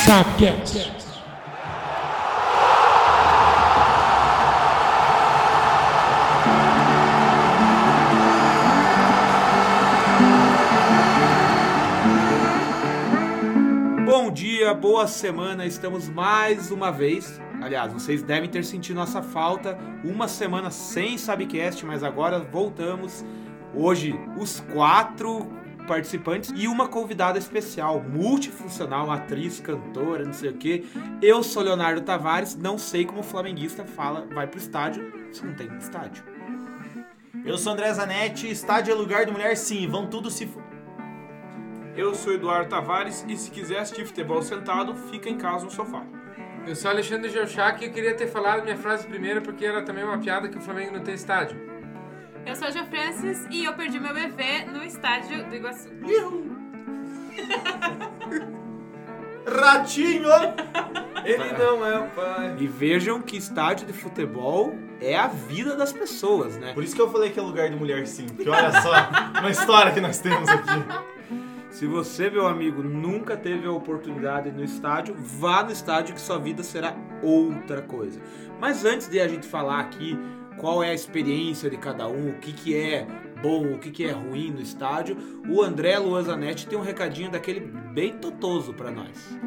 Sapcast. Bom dia, boa semana, estamos mais uma vez. Aliás, vocês devem ter sentido nossa falta. Uma semana sem Sapcast, mas agora voltamos. Hoje, os 4 participantes e uma convidada especial, multifuncional, atriz, cantora, não sei o que. Eu sou Leonardo Tavares, não sei como o flamenguista fala, vai pro estádio, se não tem estádio. Eu sou André Zanetti, estádio é lugar de mulher sim, vão tudo se... Eu sou Eduardo Tavares e se quiser assistir futebol sentado, fica em casa no sofá. Eu sou Alexandre Geuchac e eu queria ter falado minha frase primeiro porque era também uma piada que o Flamengo não tem estádio. Eu sou a Jo Francis e eu perdi meu bebê no estádio do Iguaçu. Ratinho! Ele não é o pai. E vejam que estádio de futebol é a vida das pessoas, né? Por isso que eu falei que é lugar de mulher sim, porque olha só, uma história que nós temos aqui. Se você, meu amigo, nunca teve a oportunidade no estádio, vá no estádio que sua vida será outra coisa. Mas antes de a gente falar aqui qual é a experiência de cada um, o que é bom, o que é ruim no estádio, o André Luan Zanetti tem um recadinho daquele bem totoso pra nós.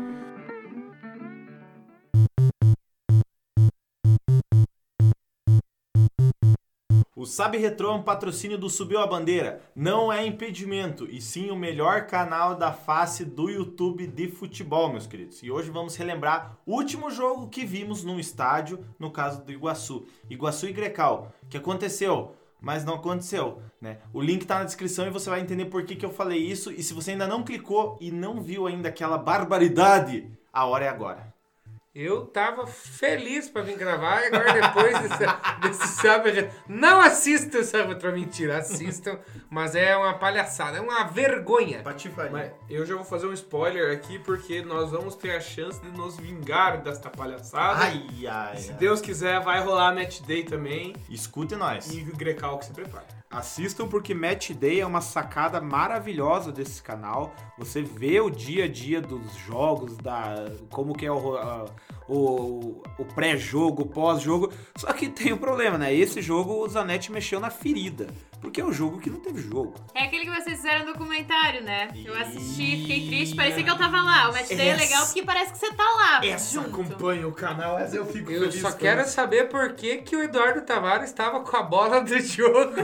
O Sabe Retrô é um patrocínio do Subiu a Bandeira. Não é impedimento, e sim o melhor canal da face do YouTube de futebol, meus queridos. E hoje vamos relembrar o último jogo que vimos num estádio, no caso do Iguaçu. Iguaçu e Grecal, que aconteceu, mas não aconteceu, né? O link tá na descrição e você vai entender por que eu falei isso. E se você ainda não clicou e não viu ainda aquela barbaridade, a hora é agora. Eu tava feliz pra vir gravar e agora depois desse Sabe... Não assistam o Sabe Retrô, mentira, assistam, mas é uma palhaçada, é uma vergonha. Patifaria. Mas eu já vou fazer um spoiler aqui porque nós vamos ter a chance de nos vingar desta palhaçada. Ai, ai, Se ai. Deus quiser, vai rolar Match Day também. Escute nós. E o Grecal que se prepara. Assistam porque Match Day é uma sacada maravilhosa desse canal. Você vê o dia a dia dos jogos, como que é o pré-jogo, o pós-jogo. Só que tem um problema, né? Esse jogo o Zanetti mexeu na ferida, porque é um jogo que não teve jogo. É aquele que vocês fizeram no documentário, né? Eu assisti, fiquei triste, parecia que eu tava lá. O Match Day é legal porque parece que você tá lá. Essa junto. acompanha o canal, essa eu fico Eu feliz. só com quero isso. saber por que o Eduardo Tavares estava com a bola do jogo.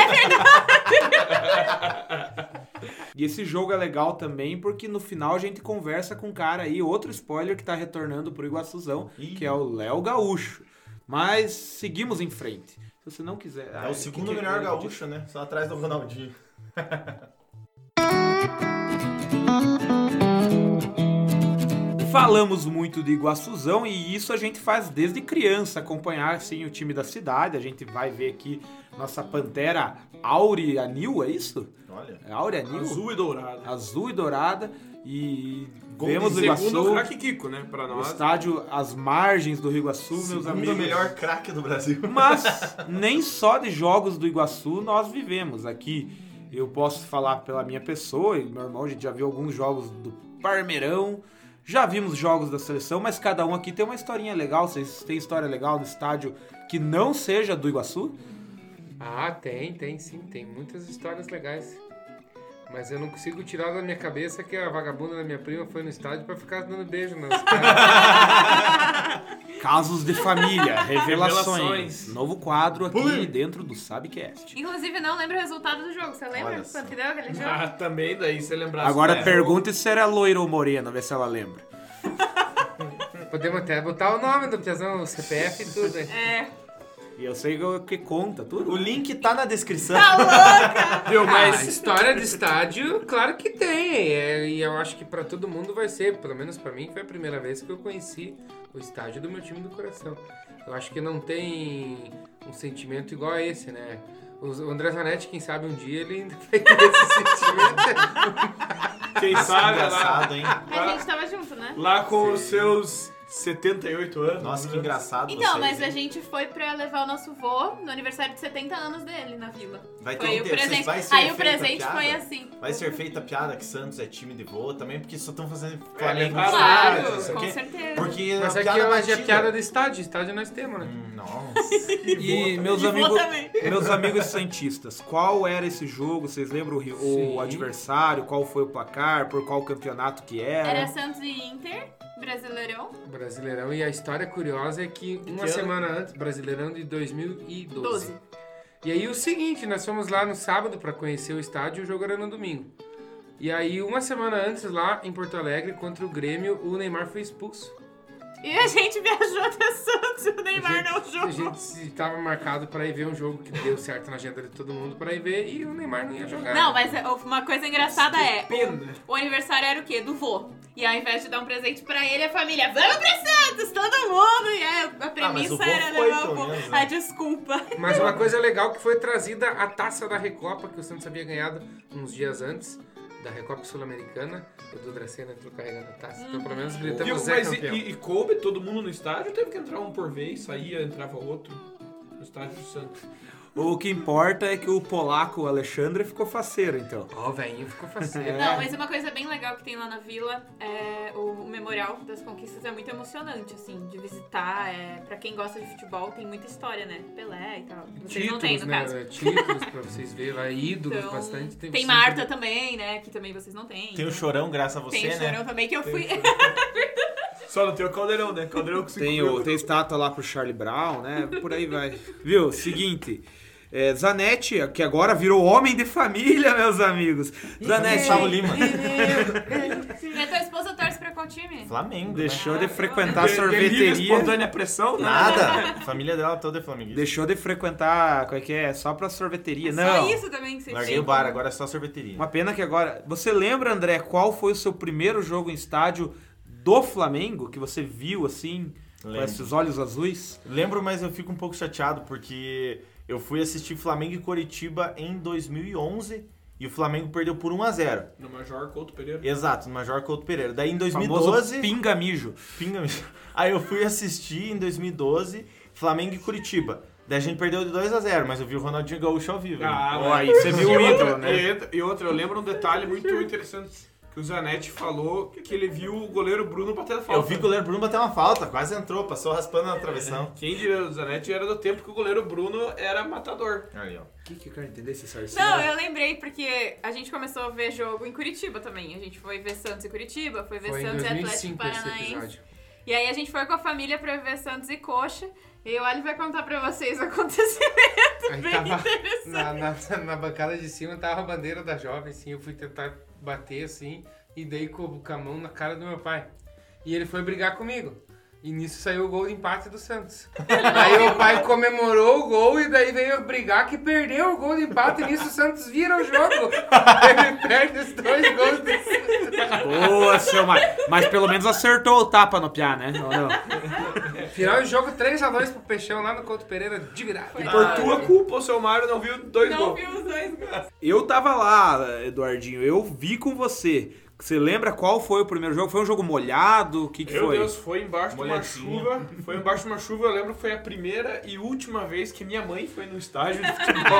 E esse jogo é legal também porque no final a gente conversa com um cara aí, outro spoiler que tá retornando pro Iguaçuzão, que é o Léo Gaúcho. Mas seguimos em frente. Se você não quiser... É o segundo melhor gaúcho, né? Só atrás do Ronaldinho. Falamos muito de Iguaçuzão e isso a gente faz desde criança, acompanhar assim, o time da cidade. A gente vai ver aqui nossa Pantera Aureanil, é isso? Olha. É Aureanil? Azul e dourado. Azul e dourada. E Gol vemos o de Iguaçu, Segundo o craque Kiko, né? Pra o nós. estádio às margens do Rio Iguaçu, meus Segundo amigos. o melhor craque do Brasil. Mas nem só de jogos do Iguaçu nós vivemos. Aqui eu posso falar pela minha pessoa, e meu irmão, a gente já viu alguns jogos do Parmeirão, já vimos jogos da seleção, mas cada um aqui tem uma historinha legal. Vocês têm história legal no estádio que não seja do Iguaçu? Ah, tem sim, tem muitas histórias legais. Mas eu não consigo tirar da minha cabeça que a vagabunda da minha prima foi no estádio pra ficar dando beijo nos caras. Casos de família, revelações. Revelações. Novo quadro aqui dentro do Sabcast. Inclusive, não lembro o resultado do jogo. Você lembra Olha só. quanto que deu aquele jogo? Ah, também daí você lembrar. Agora pergunte se era loira ou morena, ver se ela lembra. Podemos até botar o nome do piazão, o CPF e tudo. Hein? É. E eu sei que conta tudo. O link tá na descrição. Viu, Mas mas história de estádio, claro que tem. E eu acho que pra todo mundo vai ser, pelo menos pra mim, foi a primeira vez que eu conheci o estádio do meu time do coração. Eu acho que não tem um sentimento igual a esse, né? O André Zanetti, quem sabe um dia ele ainda vai ter esse sentimento. quem sabe Engraçado, hein? A gente tava junto, né? lá com os seus 78 anos. Nossa, que engraçado Então, vocês, mas hein? a gente foi pra levar o nosso vô no aniversário de 70 anos dele na vila. Vai ter Foi um o ter- presente. vai ser Aí o feita a presente piada? foi assim. Vai ser feita a piada que Santos é time de vô também, porque só estão fazendo levar Flamengo. Claro, estádio, isso com aqui. certeza. Porque Mas a aqui piada hoje é batida. piada do estádio nós temos, né? Nossa. E meus E vô amigos, também. meus amigos santistas, qual era esse jogo? Vocês lembram Sim. o adversário? Qual foi o placar? Por qual campeonato que era? Era Santos e Inter, Brasileirão. Brasileirão. E a história curiosa é que uma ano? semana antes, Brasileirão de 2012. 12. E aí o seguinte, nós fomos lá no sábado pra conhecer o estádio e o jogo era no domingo. E aí uma semana antes lá em Porto Alegre, contra o Grêmio, o Neymar foi expulso. E a gente viajou até Santos e o Neymar não A jogou. gente estava marcado pra ir ver um jogo que deu certo na agenda de todo mundo pra ir ver e o Neymar não ia jogar. Não, mas uma coisa engraçada é, pena. o aniversário era o quê? Do vô. E ao invés de dar um presente pra ele, a família, vamos pra Santos, todo mundo! E aí, a mas premissa o vô era foi, levar o pelo vô. menos, né? Ah, desculpa. Mas uma coisa legal que foi trazida a taça da Recopa, que o Santos havia ganhado uns dias antes, da Recopa Sul-Americana. O Dudracena entrou carregando a taça. Então pelo menos Viu? gritamos Zé Mas campeão. e coube todo mundo no estádio? Teve que entrar um por vez, saía, entrava outro no estádio do Santos. O que importa é que o polaco Alexandre ficou faceiro, então. Ó, o velhinho ficou faceiro. Não, mas uma coisa bem legal que tem lá na vila é o Memorial das Conquistas é muito emocionante, assim, de visitar. Pra quem gosta de futebol, tem muita história, né? Pelé e tal. Vocês não têm, no né? caso. Títulos pra vocês verem lá, ídolos Então, bastante. tem sempre- Marta também, né? Que também vocês não têm. Tem o Chorão, graças a você, Tem o né? Chorão também, que eu fui... Só não tem o Caldeirão, né? Caldeirão com 5 Tem estátua lá pro Charlie Brown, né? Por aí vai. Viu? Seguinte. Zanetti, que agora virou homem de família, meus amigos. Zanetti Gustavo Lima. E a tua esposa torce pra qual time? Flamengo. deixou né? de frequentar a Delírio sorveteria. espontânea pressão, né? Nada. A família dela toda é flamenguista. Deixou de frequentar, qual é que é? Só pra sorveteria. Só Não. isso também que vocês Larguei têm. o bar, agora é só sorveteria. Uma pena que agora... Você lembra, André, qual foi o seu primeiro jogo em estádio do Flamengo? Que você viu, assim, com Lembro. esses olhos azuis? Lembro, mas eu fico um pouco chateado porque eu fui assistir Flamengo e Coritiba em 2011 e o Flamengo perdeu por 1-0. No Major Couto Pereira. Exato, no Major Couto Pereira. Daí em Famoso 2012... pinga-mijo. Aí eu fui assistir em 2012 Flamengo e Curitiba. Daí a gente perdeu de 2-0, mas eu vi o Ronaldinho Gaúcho ao vivo. Ah, Ó, mas- aí você viu e o ídolo, outra- né? E outra, eu lembro um detalhe muito interessante. Que o Zanetti falou que ele viu o goleiro Bruno batendo falta. Eu vi que o goleiro Bruno bateu uma falta, quase entrou, passou raspando na travessão. Quem diria, o Zanetti era do tempo que o goleiro Bruno era matador. Aí, ó. O que eu quero entender esse Sarcílio? Não, eu lembrei porque a gente começou a ver jogo em Curitiba também. A gente foi ver Santos e Curitiba, foi ver Foi em Santos e Atlético 2005 esse Paranaense. episódio. E aí a gente foi com a família pra ver Santos e Coxa. E o Ali vai contar pra vocês o acontecimento Aí bem tava interessante. na bancada de cima, tava a bandeira da jovem, assim, eu fui tentar bater, assim, e dei com a mão na cara do meu pai. E ele foi brigar comigo. E nisso saiu o gol de empate do Santos. Aí o pai comemorou o gol e daí veio brigar que perdeu o gol de empate e nisso o Santos vira o jogo. Ele perde os 2 gols do Santos. Boa, seu Mário. Mas pelo menos acertou o tapa no piá, né? Ou não? Final do jogo 3-2 pro Peixão lá no Couto Pereira de virada. Por tua culpa, o seu Mário não viu 2 Não gols. viu os 2 gols. Eu tava lá, Eduardinho. Eu vi com você. Você lembra qual foi o primeiro jogo? Foi um jogo molhado? O que Meu foi? Deus, foi embaixo de uma Molhadinho. chuva. Foi embaixo de uma chuva, eu lembro que foi a primeira e última vez que minha mãe foi no estádio de futebol.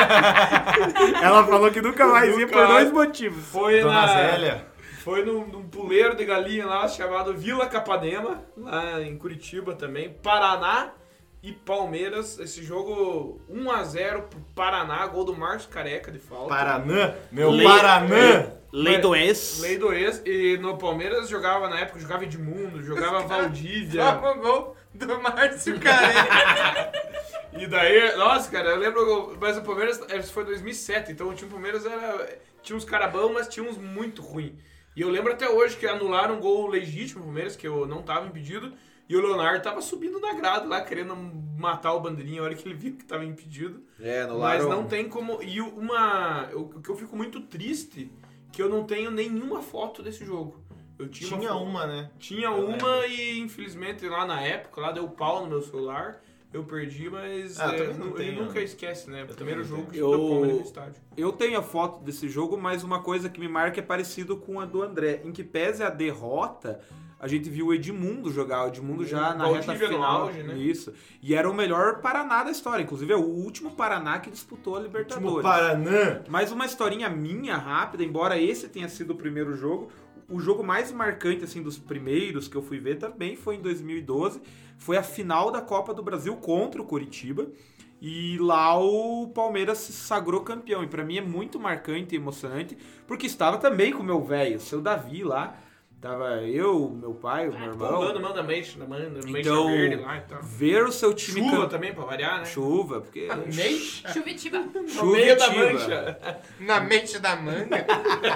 Ela falou que nunca mais ia por Nunca. 2 motivos. Foi Dona na. Zélia. Foi num puleiro de galinha lá chamado Vila Capanema, lá em Curitiba também. Paraná e Palmeiras. Esse jogo 1-0 pro Paraná, gol do Márcio Careca de falta. Paranã, meu Lei- Paranã. Lei do ex. Lei do ex. E no Palmeiras jogava na época, jogava Edmundo, jogava Valdívia. Toma o gol do Márcio Careca. E daí, nossa, cara, eu lembro, mas o Palmeiras, isso foi 2007, então o time do Palmeiras tinha uns cara bom, mas tinha uns muito ruim. E eu lembro até hoje que anularam um gol legítimo do Palmeiras, que eu não tava impedido, e o Leonardo tava subindo na grade lá, querendo matar o bandeirinha a hora que ele viu que tava impedido. Mas não tem como. E o que eu fico muito triste, que eu não tenho nenhuma foto desse jogo. Eu tinha Tinha foto. uma, né? Tinha uma e infelizmente lá na época, lá deu pau no meu celular. Eu perdi, mas Ah, eu também não ele tenho. nunca esquece, né? O primeiro também jogo não que tenho. deu Palmeiras no estádio. Eu tenho a foto desse jogo, mas uma coisa que me marca é parecido com a do André. Em que pese a derrota, a gente viu o Edmundo jogar, o Edmundo já na Valdívia reta no final. auge, né? Isso. E era o melhor Paraná da história, inclusive é o último Paraná que disputou a Libertadores. Último Paraná. Mais uma historinha minha rápida, embora esse tenha sido o primeiro jogo, o jogo mais marcante assim dos primeiros que eu fui ver também foi em 2012, foi a final da Copa do Brasil contra o Coritiba. E lá o Palmeiras se sagrou campeão. E pra mim é muito marcante e emocionante, porque estava também com o meu velho, o seu Davi lá. Tava eu, meu pai, o meu irmão. Pulando, manda mancha Então, verde lá e tal. ver o seu time Chuva também, pra variar, né? Chuva, porque... Chuvitiba. No meio da Chuvitiba. mancha. Na mente da manga.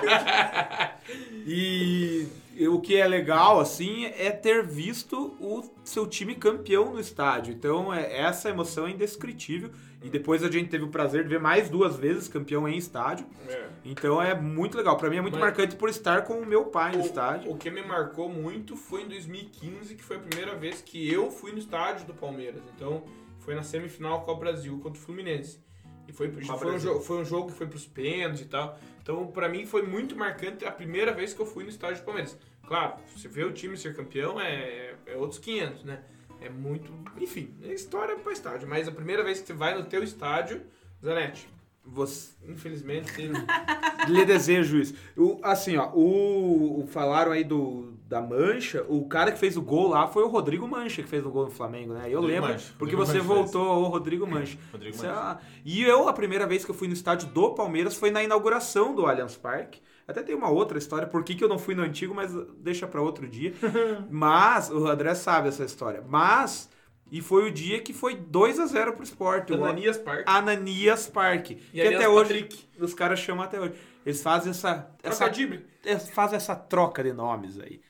E o que é legal, assim, é ter visto o seu time campeão no estádio. Então, essa emoção é indescritível. E depois a gente teve o prazer de ver mais 2 vezes campeão em estádio. Então, é muito legal. Pra mim é muito marcante por estar com o meu pai no estádio. O que me marcou muito foi em 2015, que foi a primeira vez que eu fui no estádio do Palmeiras. Então, foi na semifinal Copa Brasil contra o Fluminense. E foi um jogo que foi pros pênaltis e tal. Então, pra mim, foi muito marcante a primeira vez que eu fui no estádio do Palmeiras. Claro, você vê o time ser campeão é outros 500, né? É muito... Enfim, é história pra estádio. Mas a primeira vez que você vai no teu estádio, Zanetti, Você... infelizmente... lhe desejo isso. Assim, ó, falaram aí da Mancha, o cara que fez o gol lá foi o Rodrigo Mancha, que fez o gol no Flamengo, né? Eu Rodrigo lembro, Mancha. porque Rodrigo você Mancha voltou ao Rodrigo Mancha. Rodrigo Isso é Mancha. uma- E a primeira vez que eu fui no estádio do Palmeiras foi na inauguração do Allianz Parque. Até tem uma outra história, por que eu não fui no antigo, mas deixa pra outro dia. Mas, o André sabe essa história. Mas, e foi o dia que foi 2-0 pro Sport. Ananias Parque. Ananias Parque. E Que Allianz até hoje, Patrick. os caras chamam até hoje. Eles fazem Trocadilho. fazem essa troca de nomes aí.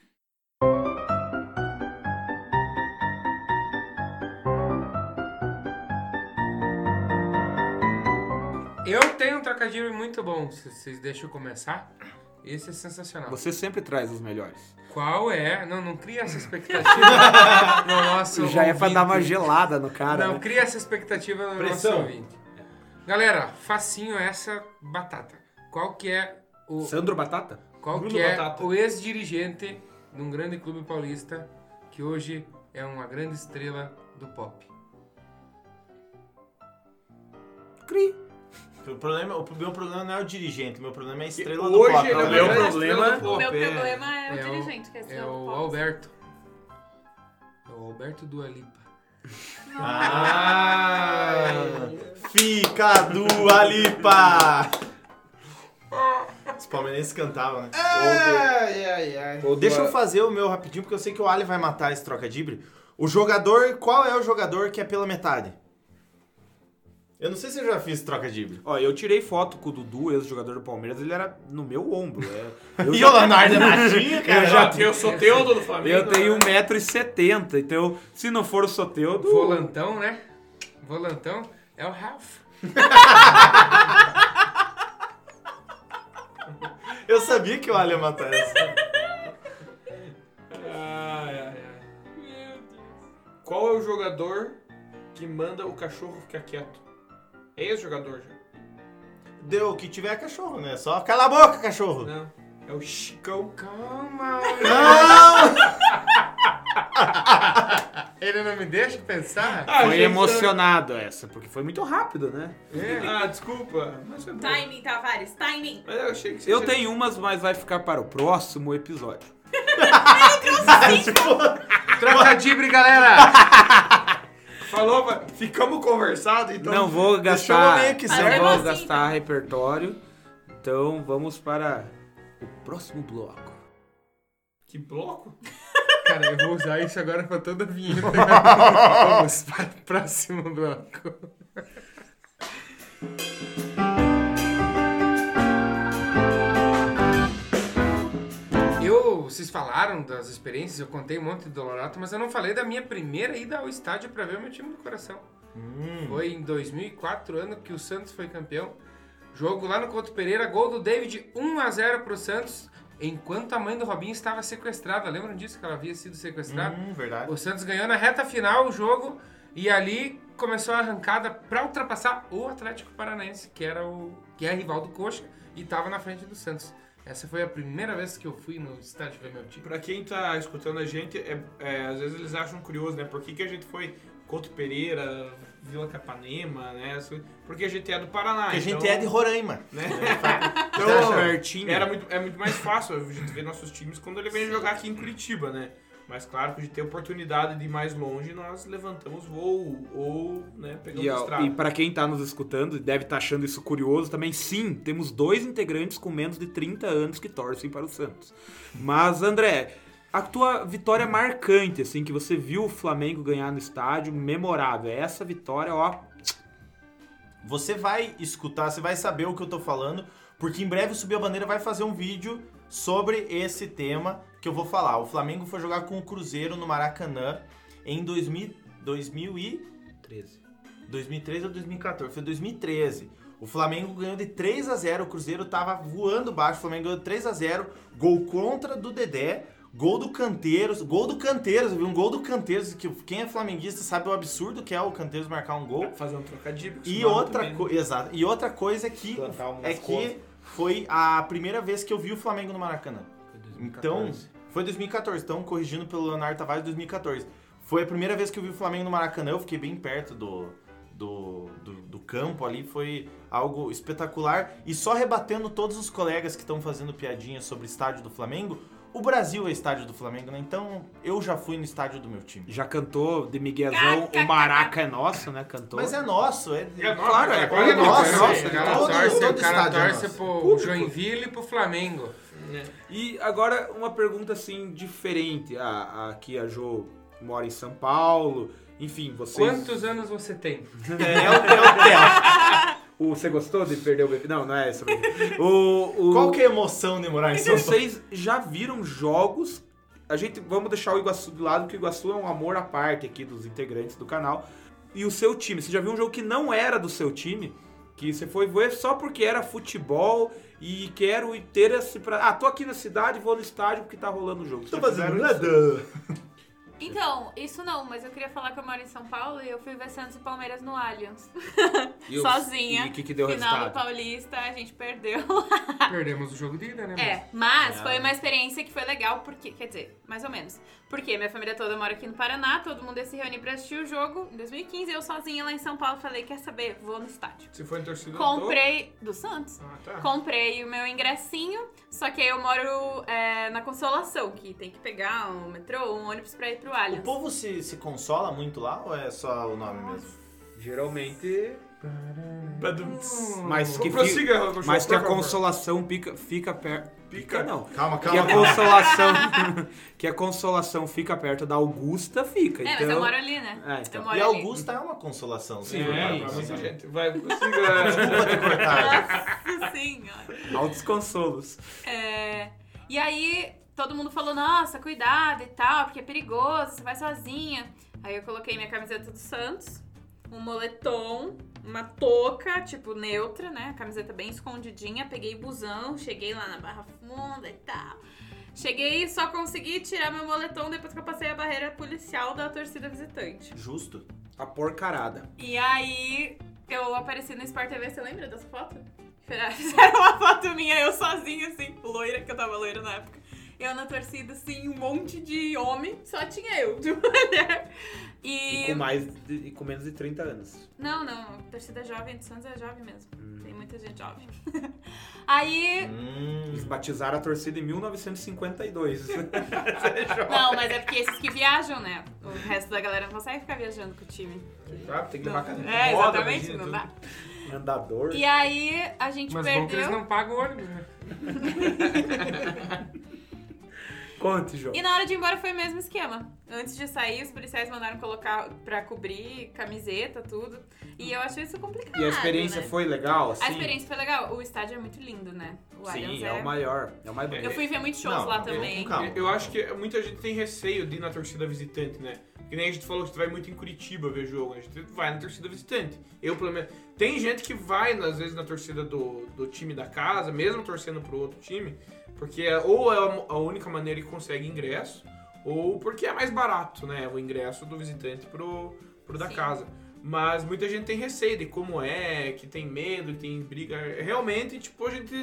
Eu tenho um trocadilho muito bom, se vocês deixam eu começar. Esse é sensacional. Você sempre traz os melhores. Qual é? Não cria essa expectativa no nosso Já é pra ouvinte. dar uma gelada no cara, Não né? cria essa expectativa no Pressão. nosso ouvinte. Galera, facinho essa batata. Qual que é o... Sandro Batata? Qual Bruno que é Batata. o ex-dirigente de um grande clube paulista que hoje é uma grande estrela do pop? Cri. O meu problema não é o dirigente, o meu problema é a estrela do Hoje pop. ele é o Meu grande problema estrela do O pop, meu é. problema é o É o- dirigente, que é É estrela do o pop. Alberto. É o Alberto Dua Lipa. Fica Dua Lipa! Os palmeirenses cantavam, né? Deixa eu fazer o meu rapidinho, porque eu sei que o Ali vai matar esse trocadilho. Qual é o jogador que é pela metade? Eu não sei se eu já fiz trocadilho. Ó, eu tirei foto com o Dudu, ex-jogador do Palmeiras, ele era no meu ombro. Eu E o Leonardo é baixinho, cara? Eu sou Teudo do Flamengo. Eu tenho 1,70 m, então se não for o Soteldo... Volantão, né? Volantão é o Ralf. Eu sabia que o Ali ia matar essa. Qual é o jogador que manda o cachorro ficar quieto? É esse jogador já? Deu, que tiver cachorro, né? Só cala a boca, cachorro. Não. É o Chicão. Calma. Não! Ele não me deixa pensar? Foi emocionado essa, porque foi muito rápido, né? Ah, desculpa. Mas foi bom. Timing, Tavares, timing. Mas eu achei que você Eu tinha- tenho umas, mas vai ficar para o próximo episódio. Trocadilho, galera! Falou, ficamos conversados, então. Não vou deixou gastar, meio que não certo. vou Assim, gastar repertório, então vamos para o próximo bloco. Que bloco? Cara, eu vou usar isso agora pra toda a vinheta. Vamos para o próximo bloco. Vocês falaram das experiências, eu contei um monte de Dolorosa, mas eu não falei da minha primeira ida ao estádio pra ver o meu time do coração. Foi em 2004, ano que o Santos foi campeão. Jogo lá no Couto Pereira, gol do David, 1-0 pro Santos, enquanto a mãe do Robinho estava sequestrada. Lembram disso, que ela havia sido sequestrada? Verdade. O Santos ganhou na reta final o jogo e ali começou a arrancada para ultrapassar o Atlético Paranaense, que é rival do Coxa e estava na frente do Santos. Essa foi a primeira vez que eu fui no estádio ver meu time. Pra quem tá escutando a gente, às vezes eles acham curioso, né? Por que a gente foi Couto Pereira, Vila Capanema, né? Porque a gente é do Paraná. Porque a gente é de Roraima. Né? Então, pertinho. É muito mais fácil a gente ver nossos times quando ele vem jogar aqui em Curitiba, né? Mas claro que a gente tem a oportunidade de ir mais longe, nós levantamos voo ou né, pegamos estrada. E para quem tá nos escutando e deve estar achando isso curioso também, sim, temos 2 integrantes com menos de 30 anos que torcem para o Santos. Mas, André, a tua vitória marcante, assim, que você viu o Flamengo ganhar no estádio, memorável, essa vitória, ó... Você vai escutar, você vai saber o que eu tô falando, porque em breve o Subiu a Bandeira vai fazer um vídeo sobre esse tema que eu vou falar. O Flamengo foi jogar com o Cruzeiro no Maracanã em 2013 ou 2014? Foi 2013. O Flamengo ganhou de 3-0, o Cruzeiro tava voando baixo, o Flamengo ganhou de 3-0, gol contra do Dedé, gol do Canteiros, viu? Um gol do Canteiros, que quem é flamenguista sabe o absurdo que é o Canteiros marcar um gol. Fazer um trocadilho. E outra coisa é que foi a primeira vez que eu vi o Flamengo no Maracanã. Então, foi 2014. Então, corrigindo pelo Leonardo Tavares, 2014. Foi a primeira vez que eu vi o Flamengo no Maracanã. Eu fiquei bem perto do campo ali. Foi algo espetacular. E só rebatendo todos os colegas que estão fazendo piadinha sobre o estádio do Flamengo, o Brasil é estádio do Flamengo, né? Então, eu já fui no estádio do meu time. Já cantou de Miguelzão, o Maraca é nosso, né? Cantou. Mas é nosso. Claro, é nosso. O cara torce pro Joinville e pro Flamengo. E agora uma pergunta assim diferente. Aqui a Jo mora em São Paulo. Enfim, vocês... Quantos anos você tem? É o Theo. Você gostou de perder o bebê? Não é essa. Qual que é a emoção de morar em São Paulo? Vocês já viram jogos... Vamos deixar o Iguaçu do lado, porque o Iguaçu é um amor à parte aqui dos integrantes do canal. E o seu time, você já viu um jogo que não era do seu time? Que você foi ver só porque era futebol e quero ter esse... tô aqui na cidade, vou no estádio porque tá rolando o jogo. Tô fazendo nada. Então, isso não, mas eu queria falar que eu moro em São Paulo e eu fui ver Santos e Palmeiras no Allianz. Sozinha. E o que deu Final resultado? do Paulista, a gente perdeu. Perdemos o jogo de ida, né? Mas foi uma experiência que foi legal, porque, quer dizer, mais ou menos. Porque minha família toda mora aqui no Paraná, todo mundo ia se reunir pra assistir o jogo. Em 2015, eu sozinha lá em São Paulo, falei, quer saber? Vou no estádio. Você foi em torcida do Santos. Tá. Comprei o meu ingressinho, só que aí eu moro na Consolação, que tem que pegar um metrô, um ônibus pra ir pro Allianz. O povo se consola muito lá ou é só o nome mesmo? Geralmente... Mas que a consolação fica perto... Fica não. Calma. Que a consolação fica perto da Augusta, fica. Mas eu moro ali, né? Então. Eu moro E a ali. Augusta é uma consolação. Sim, pra muita gente. Vai, Desculpa ter cortado. Nossa senhora. Altos consolos. E aí, todo mundo falou, nossa, cuidado e tal, porque é perigoso, você vai sozinha. Aí eu coloquei minha camiseta do Santos, um moletom, uma touca, tipo, neutra, né? A camiseta bem escondidinha, peguei busão, cheguei lá na Barra Funda e tal. Cheguei e só consegui tirar meu moletom depois que eu passei a barreira policial da torcida visitante. Justo. A porcarada. E aí, eu apareci no Sport TV, você lembra dessa foto? Fizeram uma foto minha, eu sozinha, assim, loira, que eu tava loira na época. Eu na torcida, assim, um monte de homem, só tinha eu de mulher. E com menos de 30 anos. Não, torcida jovem de Santos é jovem mesmo. Tem muita gente jovem. Aí... Eles batizaram a torcida em 1952. Não, mas é porque esses que viajam, né? O resto da galera não consegue ficar viajando com o time. Tem que levar cadeira. Exatamente, não dá. Andador. E aí, a gente Mas perdeu... bom que eles não pagam o ônibus, né? Conte, João. E na hora de ir embora foi o mesmo esquema. Antes de sair, os policiais mandaram colocar pra cobrir camiseta, tudo. E eu achei isso complicado. E a experiência foi legal, assim? A experiência foi legal. O estádio é muito lindo, né? O Allianz é o maior. É o mais bonito. Eu fui ver muitos shows lá também. Eu acho que muita gente tem receio de ir na torcida visitante, né? Que nem a gente falou que você vai muito em Curitiba ver jogo. A gente vai na torcida visitante. Eu, pelo menos... Tem gente que vai, às vezes, na torcida do time da casa, mesmo torcendo pro outro time, porque ou é a única maneira que consegue ingresso, ou porque é mais barato, né? O ingresso do visitante pro da casa. Mas muita gente tem receio de como é, que tem medo, que tem briga. Realmente, tipo, a gente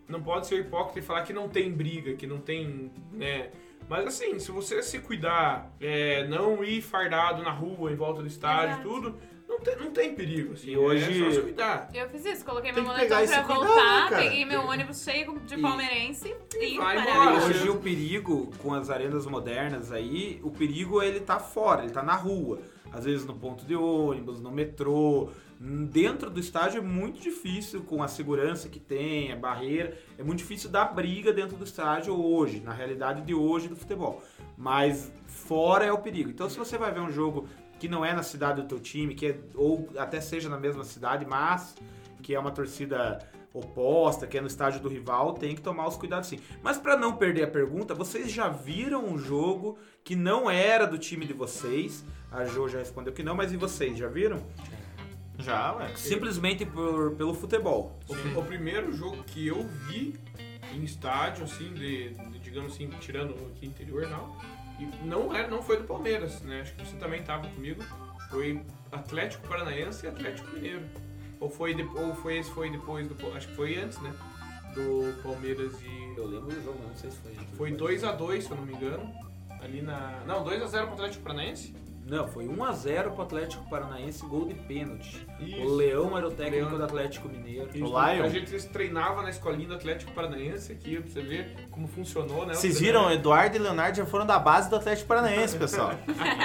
não pode ser hipócrita e falar que não tem briga, que não tem, né? Mas assim, se você se cuidar, não ir fardado na rua, em volta do estádio, tudo, não tem perigo, assim. E hoje... É só se cuidar. Eu fiz isso, coloquei Tem meu que pegar moletom esse pra cuidado, voltar, cara. peguei meu ônibus cheio de palmeirense e vai parei. embora. Hoje o perigo com as arenas modernas aí, o perigo ele tá fora, ele tá na rua. Às vezes no ponto de ônibus, no metrô. Dentro do estádio é muito difícil, com a segurança que tem, a barreira, é muito difícil dar briga dentro do estádio hoje, na realidade de hoje do futebol. Mas fora é o perigo. Então se você vai ver um jogo que não é na cidade do teu time, ou até seja na mesma cidade, mas que é uma torcida oposta, que é no estádio do rival, tem que tomar os cuidados sim. Mas para não perder a pergunta, vocês já viram um jogo que não era do time de vocês? A Jo já respondeu que não, mas e vocês, já viram? Já, ué. Simplesmente pelo futebol. O primeiro jogo que eu vi em estádio, assim, digamos assim, tirando aqui interior, não foi do Palmeiras, né? Acho que você também estava comigo. Foi Atlético Paranaense e Atlético Mineiro. Esse foi depois do... Acho que foi antes, né? Do Palmeiras e... Eu lembro do jogo, não sei se foi. Foi 2x2, se eu não me engano. Ali Não, 2x0 pro Atlético Paranaense. Não, foi 1x0 pro Atlético Paranaense, gol de pênalti. Isso. O Leão era o técnico Leão. do Atlético Mineiro. Isso, Lion. a gente treinava na escolinha do Atlético Paranaense aqui, pra você ver como funcionou, né? Vocês viram, Eduardo e Leonardo já foram da base do Atlético Paranaense, pessoal.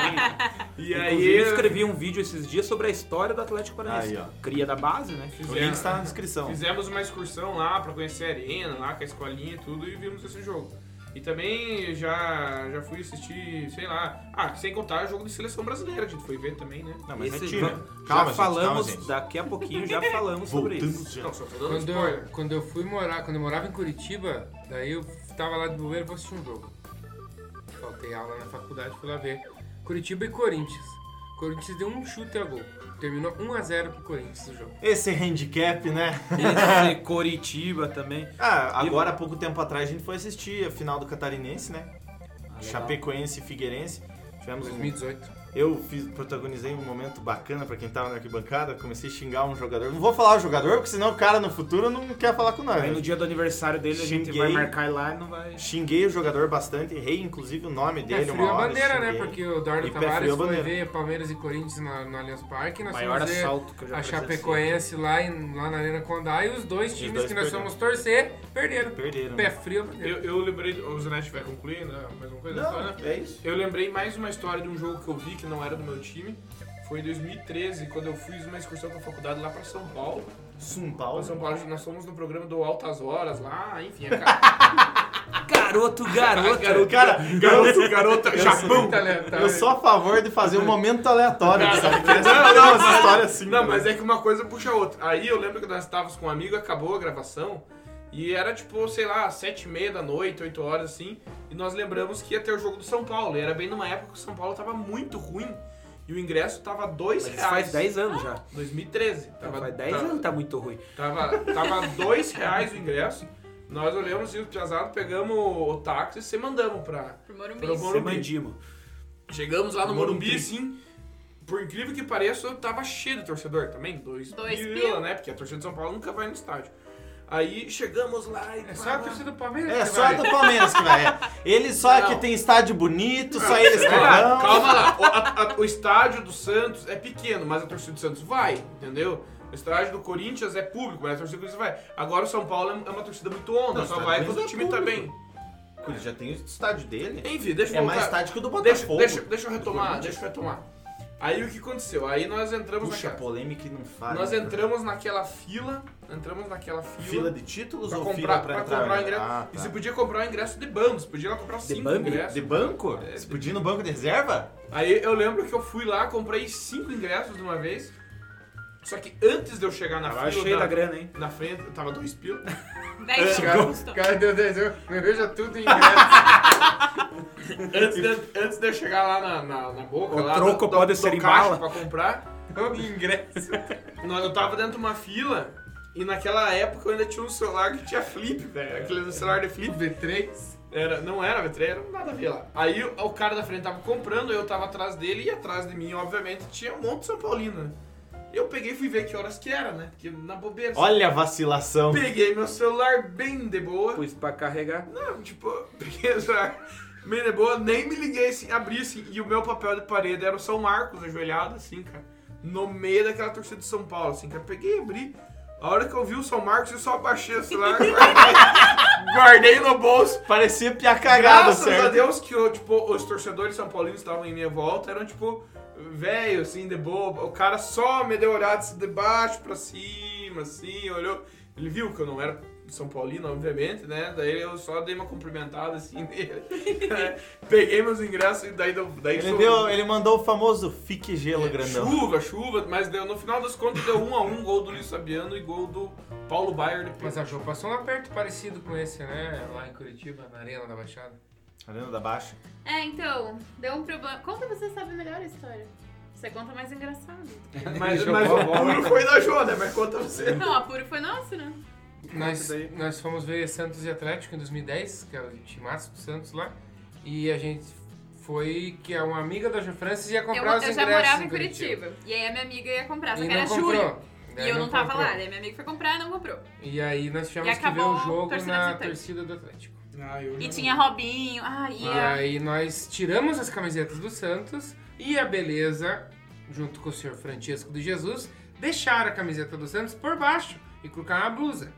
E Inclusive, aí eu escrevi um vídeo esses dias sobre a história do Atlético Paranaense. Aí, ó. Cria da base, né? O link está na descrição. Fizemos uma excursão lá pra conhecer a arena, lá com a escolinha e tudo, e vimos esse jogo. E também já fui assistir, sei lá... sem contar o jogo de seleção brasileira, a gente foi ver também, né? Não, mas Esse- retira. já Calma, gente, falamos, calma, gente. daqui a pouquinho já falamos sobre isso. Não, só tô dando spoiler. Quando eu morava em Curitiba, daí eu tava lá de bobeira e vou assistir um jogo. Faltei aula na faculdade, fui lá ver. Curitiba e Corinthians. Corinthians deu um chute a gol. Terminou 1x0 pro Corinthians o jogo. Esse handicap, né? Esse Coritiba também. Agora, há pouco tempo atrás, a gente foi assistir a final do Catarinense, né? legal. Chapecoense e Figueirense. Tivemos 2018. Eu protagonizei um momento bacana pra quem tava na arquibancada. Comecei a xingar um jogador. Não vou falar o jogador, porque senão o cara no futuro não quer falar com nós. Aí no dia do aniversário dele a gente Xinguei. vai marcar lá e não vai... Xinguei o jogador bastante, errei inclusive o nome Pé dele frio uma a hora. bandeira, né? xinguei. Porque o Eduardo E pé Tavares frio a foi bandeira. ver Palmeiras e Corinthians no Allianz Parque. Nós Maior fomos ver assalto que eu já a presenciei. Chapecoense lá na Arena Condá. E os dois times dois que nós perderam. fomos torcer, perderam. Perderam. Pé frio a bandeira. Eu lembrei... O Zanetti vai concluir, né? Mais uma coisa? Não, né? é isso. Eu lembrei mais uma história de um jogo que eu vi que não era do meu time. Foi em 2013, quando eu fiz uma excursão com a faculdade lá pra São Paulo. São Pra Paulo. São Paulo, nós fomos no programa do Altas Horas lá, enfim. Garoto, Garota, Japão. Muito aleatório. Eu sou a favor de fazer um momento aleatório. Não, sabe? não, Umas histórias assim. Não, também. mas é que uma coisa puxa a outra. Aí eu lembro que nós estávamos com um amigo, acabou a gravação, e era tipo, sei lá, 7h30 da noite, 8 horas assim, e nós lembramos que ia ter o jogo do São Paulo. E era bem numa época que o São Paulo tava muito ruim, e o ingresso tava R$2. Mas isso faz 10 anos já. 2013. Faz 10 anos tá muito ruim. Tava R$2 o ingresso. Nós olhamos e o Piazado, pegamos o táxi e se mandamos pra... Pro Morumbi. Pro Morumbi. Semandimo. Chegamos lá no Morumbi, Morumbi. assim, por incrível que pareça, tava cheio de torcedor também. 2 Dois pila, pila. né? Porque a torcida de São Paulo nunca vai no estádio. Aí chegamos lá e... É só a torcida do Palmeiras. É que só vai. a do Palmeiras que vai. Eles só Não. que tem estádio bonito, só eles que Calma, vão. calma lá. O estádio do Santos é pequeno, mas a torcida do Santos vai, entendeu? O estádio do Corinthians é público, mas a torcida do Corinthians vai. Agora o São Paulo é uma torcida muito onda, Não, só o vai estádio quando o é time tá público. bem. Ele já tem o estádio dele. Enfim, deixa eu É voltar. mais estádio que o do Botafogo. Deixa eu retomar. Aí o que aconteceu? Aí nós entramos Puxa, naquela... polêmica e não fala. Nós entramos naquela fila. Fila de títulos pra ou comprar, fila pra pra entrar? comprar o ingresso. Ah, E tá. você podia comprar o ingresso de banco, você podia lá comprar 5 Bambi? ingressos. De banco? Você podia ir no banco de reserva? Aí eu lembro que eu fui lá, comprei 5 ingressos de uma vez. Só que antes de eu chegar na Tava fila, cheio da grana, hein? na frente, tava 2 pila. 10 Cara, custou. o cara deu 10 euros. Me veja tudo em ingresso. Antes de eu chegar lá na boca, O lá troco do pode ser em caixa bala. pra comprar, Todo ingresso. eu tava dentro de uma fila e naquela época eu ainda tinha um celular que tinha flip, velho. Aquele celular de flip. V3. Não era V3, era nada a ver lá. Aí o cara da frente tava comprando, eu tava atrás dele e atrás de mim, obviamente, tinha um monte de São Paulino, né? Eu peguei e fui ver que horas que era, né? Porque na bobeira. Olha a vacilação. Peguei meu celular bem de boa. Pus pra carregar. Não, tipo, peguei o celular bem de boa, nem me liguei assim, abri assim, e o meu papel de parede era o São Marcos ajoelhado, assim, cara, no meio daquela torcida de São Paulo, assim, cara. Peguei e abri. A hora que eu vi o São Marcos, eu só abaixei o celular, guardei no bolso. Parecia pia cagada, Graças certo? a Deus que os torcedores são paulinos estavam em minha volta, eram tipo, velho, assim, de boa. O cara só me deu olhada assim, de baixo pra cima, assim, olhou. Ele viu que eu não era São Paulino, obviamente, né? Daí eu só dei uma cumprimentada assim nele. Peguei meus ingressos e daí Ele mandou o famoso fique gelo grandão. Chuva, mas no final das contas deu 1-1, gol do Luiz Fabiano e gol do Paulo Baier depois. Mas a Jô passou um aperto parecido com esse, né? Lá em Curitiba, na Arena da Baixada. Arena da Baixa. Então, deu um problema. Conta, você sabe melhor a história. Você conta mais engraçado. Mas o apuro foi da Jô, né? Mas conta você. Não, o apuro foi nosso, né? Nós fomos ver Santos e Atlético em 2010, que é o timaço do Santos lá. E a gente foi, que é uma amiga da Jô Francis, ia comprar os ingressos. Eu já morava em Curitiba. E aí a minha amiga ia comprar, só que era julho. E eu não tava lá. Daí minha amiga foi comprar e não comprou. E aí nós tivemos que ver o jogo na torcida do Atlético. E tinha Robinho. E aí nós tiramos as camisetas do Santos e a Beleza, junto com o senhor Francisco de Jesus, deixaram a camiseta do Santos por baixo e colocaram a blusa.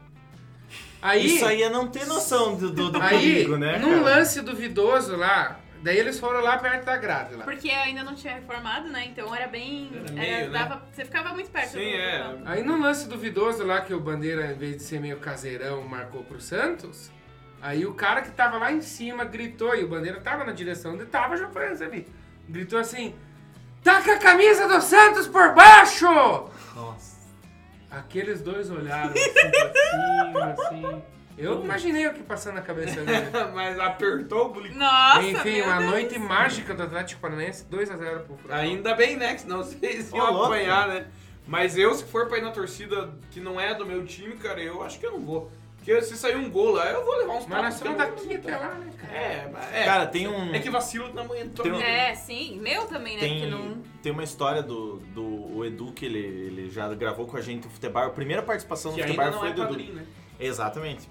Aí, isso aí é não ter noção do perigo, né? Num lance duvidoso lá, daí eles foram lá perto da grade lá. Porque ainda não tinha reformado, né? Então era bem. Meio, né? Você ficava muito perto. Sim, do Aí num lance duvidoso lá, que o Bandeira, em vez de ser meio caseirão, marcou pro Santos, aí o cara que tava lá em cima gritou, e o Bandeira tava na direção onde tava a Jô Francis ali. Gritou assim: taca a camisa do Santos por baixo! Nossa. Aqueles dois olharam assim pra cima, assim. Eu imaginei o que passou na cabeça dele. Mas apertou o boletim. Nossa, Enfim, uma noite mágica do Atlético Paranaense, 2-0 pro Furacão. Ainda bem, né? Que senão vocês iam apanhar, né? Mas eu, se for pra ir na torcida que não é do meu time, cara, eu acho que eu não vou. Porque se sair um gol lá, eu vou levar uns Mas nós tapos. estamos daqui até lá, né, cara? Cara, tem um... É que vacilo na manhã toda. Sim. Meu também, né? Porque não... Tem uma história do o Edu, que ele já gravou com a gente o Futebol. A primeira participação que no Futebol foi é do padrinho, Edu. né? Exatamente.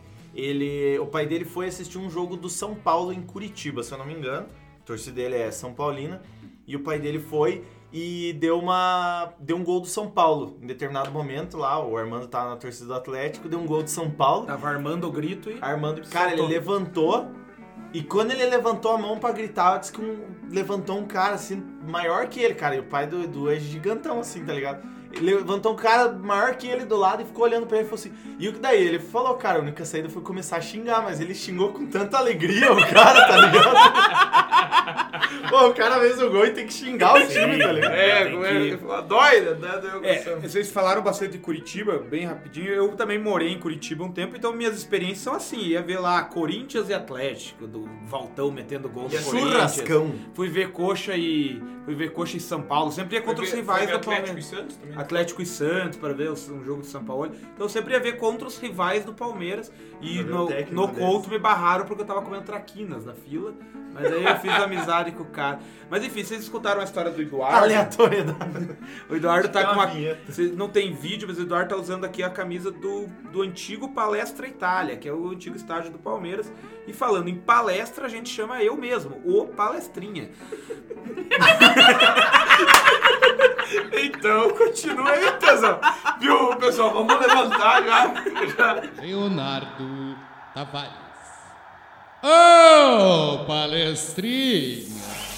O pai dele foi assistir um jogo do São Paulo em Curitiba, se eu não me engano. A torcida dele é São Paulina. E o pai dele foi e deu um gol do São Paulo. Em determinado momento lá, o Armando tava na torcida do Atlético, deu um gol do São Paulo. Tava armando o grito e... Cara, ele levantou. E quando ele levantou a mão pra gritar, disse que levantou um cara assim, maior que ele, cara. E o pai do Edu é gigantão assim, tá ligado? Ele levantou um cara maior que ele do lado e ficou olhando pra ele e falou assim... E o que daí? Ele falou, cara, a única saída foi começar a xingar, mas ele xingou com tanta alegria o cara, tá ligado? Pô, o cara fez o gol e tem que xingar o time, tá ligado? Dói, né? Vocês falaram bastante de Curitiba, bem rapidinho. Eu também morei em Curitiba um tempo, então minhas experiências são assim. Ia ver lá Corinthians e Atlético, do Valtão metendo gol no Corinthians. Churrascão. Fui ver Coxa e São Paulo. Sempre ia contra os rivais do Palmeiras. Atlético e Santos também. Atlético e Santos, para ver um jogo de São Paulo. Então eu sempre ia ver contra os rivais do Palmeiras. E no Couto me barraram porque eu tava comendo traquinas na fila. Mas aí eu fiz amizade com o cara. Mas enfim, vocês escutaram a história do Eduardo? Aleatoriedade. O Eduardo tá com uma... vinheta. Não tem vídeo, mas o Eduardo tá usando aqui a camisa do antigo Palestra Itália, que é o antigo estádio do Palmeiras. E falando em palestra, a gente chama eu mesmo, o Palestrinha. Então, continua aí, tesão. Viu, pessoal? Vamos levantar já. Leonardo Tavares. Ô, Palestrinha!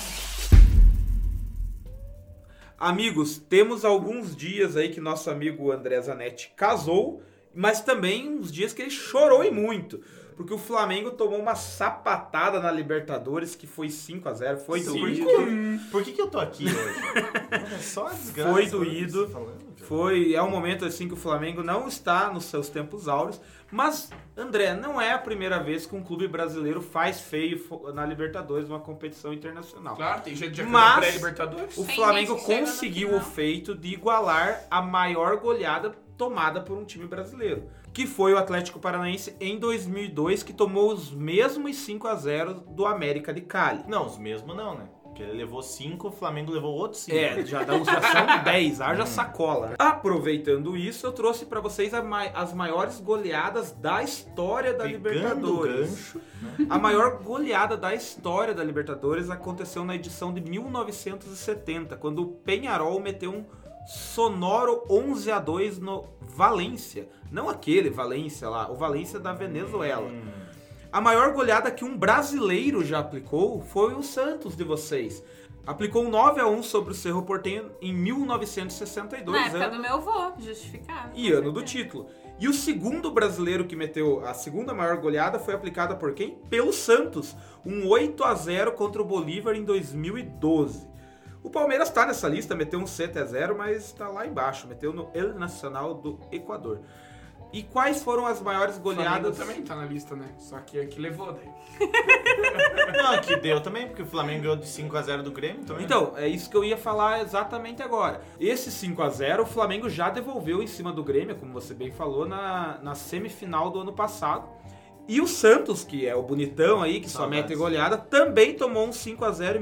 Amigos, temos alguns dias aí que nosso amigo André Zanetti casou, mas também uns dias que ele chorou e muito. Porque o Flamengo tomou uma sapatada na Libertadores, que foi 5-0, foi doído. Por que eu tô aqui hoje? É só a desgraça. Foi doído. É um momento assim que o Flamengo não está nos seus tempos áureos. Mas, André, não é a primeira vez que um clube brasileiro faz feio na Libertadores, uma competição internacional. Claro, tem gente já Mas pré-Libertadores. O Flamengo conseguiu o feito de igualar a maior goleada tomada por um time brasileiro, que foi o Atlético Paranaense em 2002, que tomou os mesmos 5-0 do América de Cali. Não, os mesmos não, né? Porque ele levou 5, o Flamengo levou outros 5. Já são 10, haja sacola. Né? Aproveitando isso, eu trouxe pra vocês as maiores goleadas da história da Libertadores. Gancho. A maior goleada da história da Libertadores aconteceu na edição de 1970, quando o Peñarol meteu um sonoro 11-2 no Valência. Não aquele Valência lá, o Valência da Venezuela. A maior goleada que um brasileiro já aplicou foi o Santos de vocês. Aplicou 9-1 sobre o Cerro Porteño em 1962. Na época do meu avô, justificado. E ano do título. E o segundo brasileiro que meteu a segunda maior goleada foi aplicada por quem? Pelo Santos. Um 8-0 contra o Bolívar em 2012. O Palmeiras tá nessa lista, meteu um 7-0, mas tá lá embaixo. Meteu no El Nacional do Equador. E quais foram as maiores goleadas? O Flamengo também tá na lista, né? Só que aqui levou daí. Não, que deu também, porque o Flamengo ganhou de 5-0 do Grêmio. Então, é isso que eu ia falar exatamente agora. Esse 5-0, o Flamengo já devolveu em cima do Grêmio, como você bem falou, na semifinal do ano passado. E o Santos, que é o bonitão aí, que só mete goleada, também tomou um 5-0 em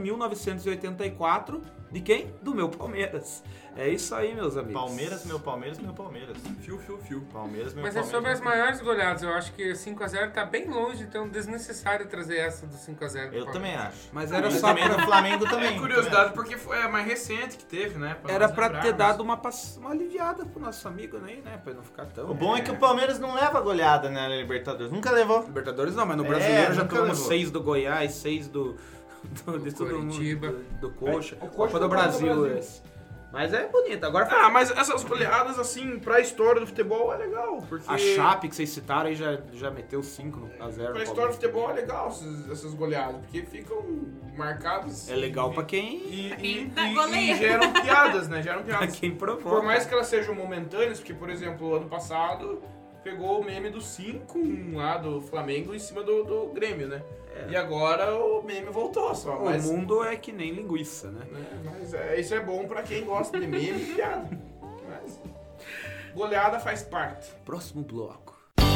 1984. De quem? Do meu Palmeiras. É isso aí, meus amigos. Palmeiras, meu Palmeiras, meu Palmeiras. Fio. Palmeiras, meu Mas Palmeiras. é sobre as maiores goleadas. Eu acho que 5-0 tá bem longe, então desnecessário trazer essa do 5-0. Eu também acho. Mas era Mas só também do Flamengo também. É curiosidade, porque foi a mais recente que teve, né? Era nós pra ter lembrarmos. dado uma aliviada pro nosso amigo aí, né? Pra ele não ficar tão... O bom é que o Palmeiras não leva goleada, né, na Libertadores. Nunca levou. Libertadores não, mas no brasileiro já nunca tomamos levou. 6 do Goiás, 6 de todo Coritiba. mundo, do Coxa. O Coxa Copa foi do o Brasil, Brasil. esse. Mas é bonito. Agora Mas essas goleadas, assim, pra história do futebol é legal. Porque a Chape que vocês citaram aí já meteu 5-0. pra história do futebol é legal essas goleadas, porque ficam marcadas. É legal pra quem... E goleia. geram piadas, né? Geram Pra piadas. quem provoca. Por mais que elas sejam momentâneas, porque, por exemplo, ano passado pegou o meme do 5-1 lá do Flamengo em cima do Grêmio, né? E agora o meme voltou só. O mundo é que nem linguiça, né? Mas isso é bom pra quem gosta de meme e piada. Mas goleada faz parte. Próximo bloco.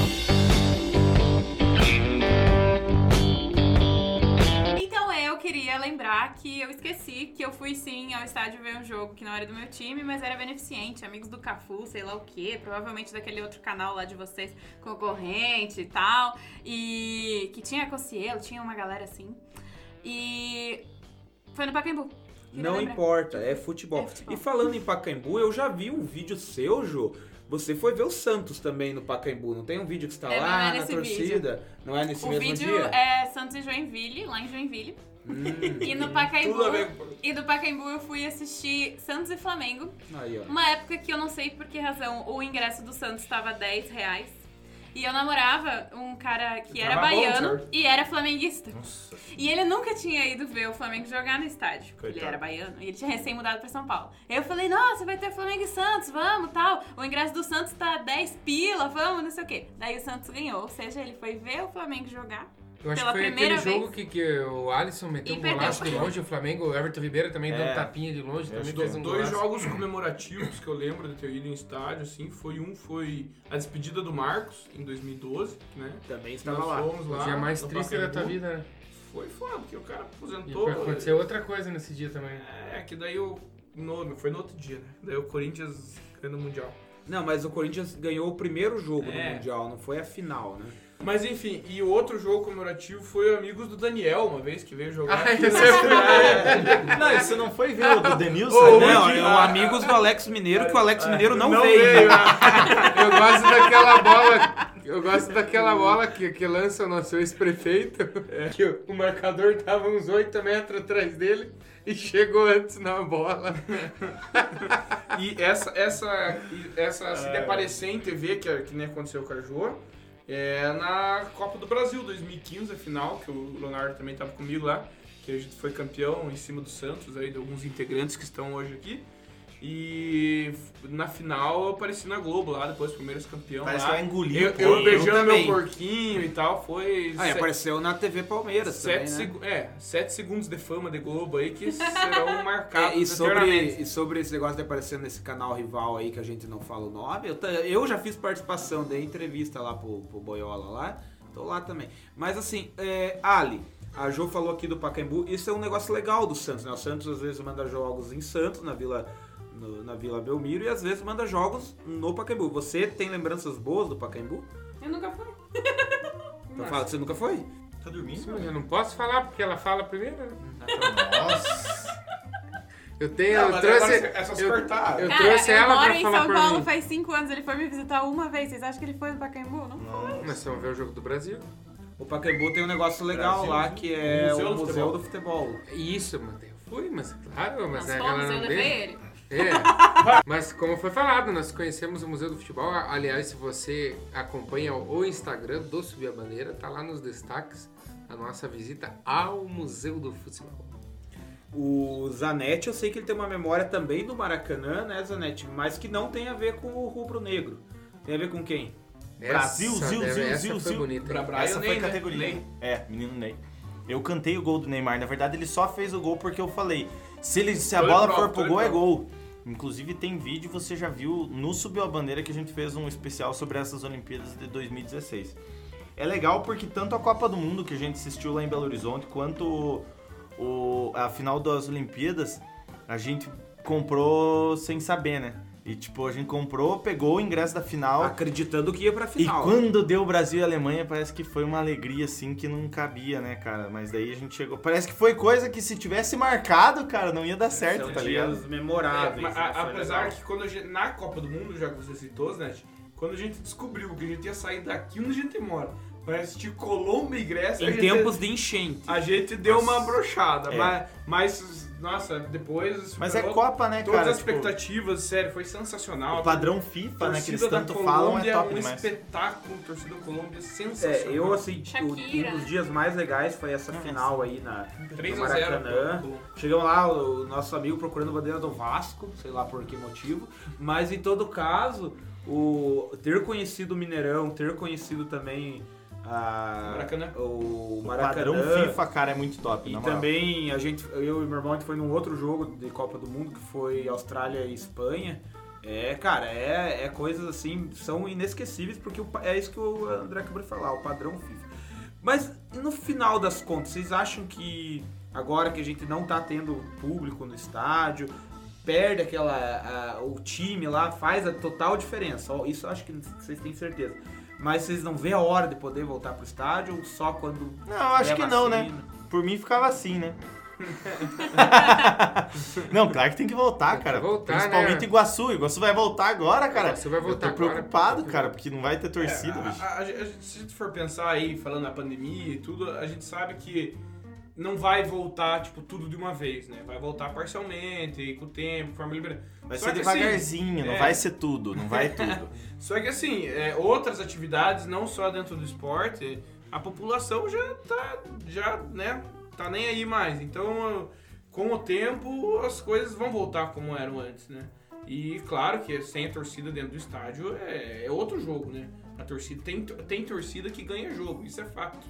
Então eu queria lembrar que eu esqueci que eu fui sim ao estádio ver um jogo que não era do meu time, mas era beneficente, amigos do Cafu, sei lá o quê, provavelmente daquele outro canal lá de vocês, concorrente e tal, e que tinha Cossielo, tinha uma galera assim, e foi no Pacaembu. Queria Não lembrar. importa, é futebol. E falando em Pacaembu, eu já vi um vídeo seu, Jô. Você foi ver o Santos também no Pacaembu. Não tem um vídeo que está É, não lá é na nesse torcida? Não é nesse O mesmo vídeo dia? é Santos e Joinville, lá em Joinville. E no Pacaembu, Tudo a ver. e do Pacaembu eu fui assistir Santos e Flamengo. Aí, ó. Uma época que eu não sei por que razão o ingresso do Santos estava R$10. E eu namorava um cara que era Tava bom, baiano certo? e era flamenguista. Nossa. E ele nunca tinha ido ver o Flamengo jogar no estádio. Porque ele Coitado. era baiano e ele tinha recém mudado pra São Paulo. Aí eu falei, nossa, vai ter Flamengo e Santos, vamos, tal. O ingresso do Santos tá 10 pila, vamos, não sei o quê. Daí o Santos ganhou, ou seja, ele foi ver o Flamengo jogar. Eu acho Pela que foi primeira aquele jogo vez. que o Alisson meteu E um perdeu. golaço de longe, o Flamengo, o Everton Ribeiro também deu um tapinha de longe, também acho fez um Dois golaço. jogos comemorativos que eu lembro de ter ido em estádio, assim, foi a despedida do Marcos, em 2012, né? Também Nós estava lá. fomos lá. O dia mais no triste da tua Pacaembu. vida, né? Foi foda, porque o cara E aposentou. aconteceu outra coisa nesse dia também. Que daí foi no outro dia, né? Daí o Corinthians ganhou no Mundial. Não, mas o Corinthians ganhou o primeiro jogo do É. Mundial, não foi a final, né? Mas enfim, e o outro jogo comemorativo foi o Amigos do Daniel, uma vez que veio jogar. Ah, aqui esse na é cidade. Não, você não foi ver o do Denilson? Ô, né? Não, que- é o Amigos do Alex Mineiro, que o Alex Mineiro não, Não veio. veio, né? Eu gosto daquela bola. Eu gosto daquela bola que lança o nosso ex-prefeito. Que o marcador tava uns 8 metros atrás dele e chegou antes na bola. E essa se aparecer em TV, que nem aconteceu com a Jô, é na Copa do Brasil 2015, a final, que o Leonardo também estava comigo lá, que a gente foi campeão em cima do Santos, aí de alguns integrantes que estão hoje aqui. E na final eu apareci na Globo lá, depois Palmeiras campeão Parece lá. que ela engoliu Eu, o porco. eu beijando também. meu porquinho e tal, foi... Ah, e apareceu na TV Palmeiras também, né? 7 segundos de fama de Globo aí que serão marcados E eternamente. sobre esse negócio de aparecer nesse canal rival aí que a gente não fala o nome, eu já fiz participação, dei entrevista lá pro Boiola lá, tô lá também. Mas assim, Ali, A Jo falou aqui do Pacaembu, isso é um negócio legal do Santos, né? O Santos às vezes manda jogos em Santos, na Vila Belmiro, e às vezes manda jogos no Pacaembu. Você tem lembranças boas do Pacaembu? Eu nunca fui. Então fala que você nunca foi? Tá dormindo? Eu não posso falar porque ela fala primeiro, né? Nossa. Eu tenho. Não, eu mas trouxe. agora é só se cortar. Eu Cara, trouxe ela eu moro pra em falar São por Paulo mim. faz 5 anos, ele foi me visitar uma vez. Vocês acham que ele foi no Pacaembu? Não. Nós vamos ver o jogo do Brasil. O Pacaembu tem um negócio legal Brasil, lá, que é Museu o do Museu do Futebol. Isso, mas eu fui, mas claro, mas Nós é fomos, aquela eu não levei veio. ele. É, mas como foi falado, nós conhecemos o Museu do Futebol. Aliás, se você acompanha o Instagram do Subir a Bandeira, tá lá nos destaques a nossa visita ao Museu do Futebol. O Zanetti, eu sei que ele tem uma memória também do Maracanã, né, Zanetti? Mas que não tem a ver com o rubro-negro. Tem a ver com quem? Brasil, Essa foi bonita. Pra hein? Brian Essa foi Ney, né? categoria. Ney. É, menino Ney. Eu cantei o gol do Neymar. Na verdade, ele só fez o gol porque eu falei. Se a Tô bola lembrado, for tô pro gol, é lembrado. gol. Inclusive tem vídeo, você já viu no Subiu a Bandeira que a gente fez um especial sobre essas Olimpíadas de 2016. É legal porque tanto a Copa do Mundo que a gente assistiu lá em Belo Horizonte, quanto a final das Olimpíadas, a gente comprou sem saber, né? E tipo, a gente comprou, pegou o ingresso da final. Acreditando que ia pra E final. quando deu Brasil e Alemanha, parece que foi uma alegria, assim, que não cabia, né, cara? Mas daí a gente chegou... Parece que foi coisa que se tivesse marcado, cara, não ia dar certo, São tá ligado? dias memoráveis. Mas, né? Foi apesar legal. que quando na Copa do Mundo, já que você citou, né? Quando a gente descobriu que a gente ia sair daqui onde a gente mora, para assistir Colômbia e Grécia, Em tempos de enchente. a gente deu uma brochada. É. Mas, nossa, depois... Mas é superou Copa, né, todas cara? as Tipo, expectativas, sério, foi sensacional. o padrão FIFA, né, que eles Torcida da tanto falam, Colômbia é top um demais. espetáculo, torcida da Colômbia sensacional. Eu, assim, Shakira, um dos né? dias mais legais foi essa final aí no 3-0 Maracanã. pro- Chegamos lá, o nosso amigo procurando a bandeira do Vasco, sei lá por que motivo. Mas em todo caso, ter conhecido o Mineirão, ter conhecido também Maracanã. o O Maracanã. padrão FIFA, cara, é muito top, E na moral. também eu e meu irmão, a gente foi num outro jogo de Copa do Mundo, que foi Austrália e Espanha. Cara, é coisas assim, são inesquecíveis, porque é isso que o André acabou de falar, o padrão FIFA. Mas no final das contas, vocês acham que agora que a gente não tá tendo público no estádio, perde o time lá, faz a total diferença? Isso eu acho que vocês têm certeza. Mas vocês não vê a hora de poder voltar pro estádio ou só quando... Não, eu acho é que não, né? vacina? Por mim ficava assim, né? Não, claro que tem que voltar, Tem que cara. voltar, Principalmente né? Iguaçu. Iguaçu vai voltar agora, cara. Iguaçu vai voltar Eu tô agora. preocupado, cara, porque não vai ter torcida, É, bicho. se a gente for pensar aí, falando na pandemia e tudo, a gente sabe que não vai voltar, tipo, tudo de uma vez, né? Vai voltar parcialmente, com o tempo, de forma liberada. Vai Só ser que, devagarzinho, assim, não vai ser tudo, não vai tudo. Só que assim, outras atividades, não só dentro do esporte, a população né, tá nem aí mais. Então, com o tempo, as coisas vão voltar como eram antes, né? E claro que sem a torcida dentro do estádio é outro jogo, né? A torcida tem torcida que ganha jogo, isso é fato.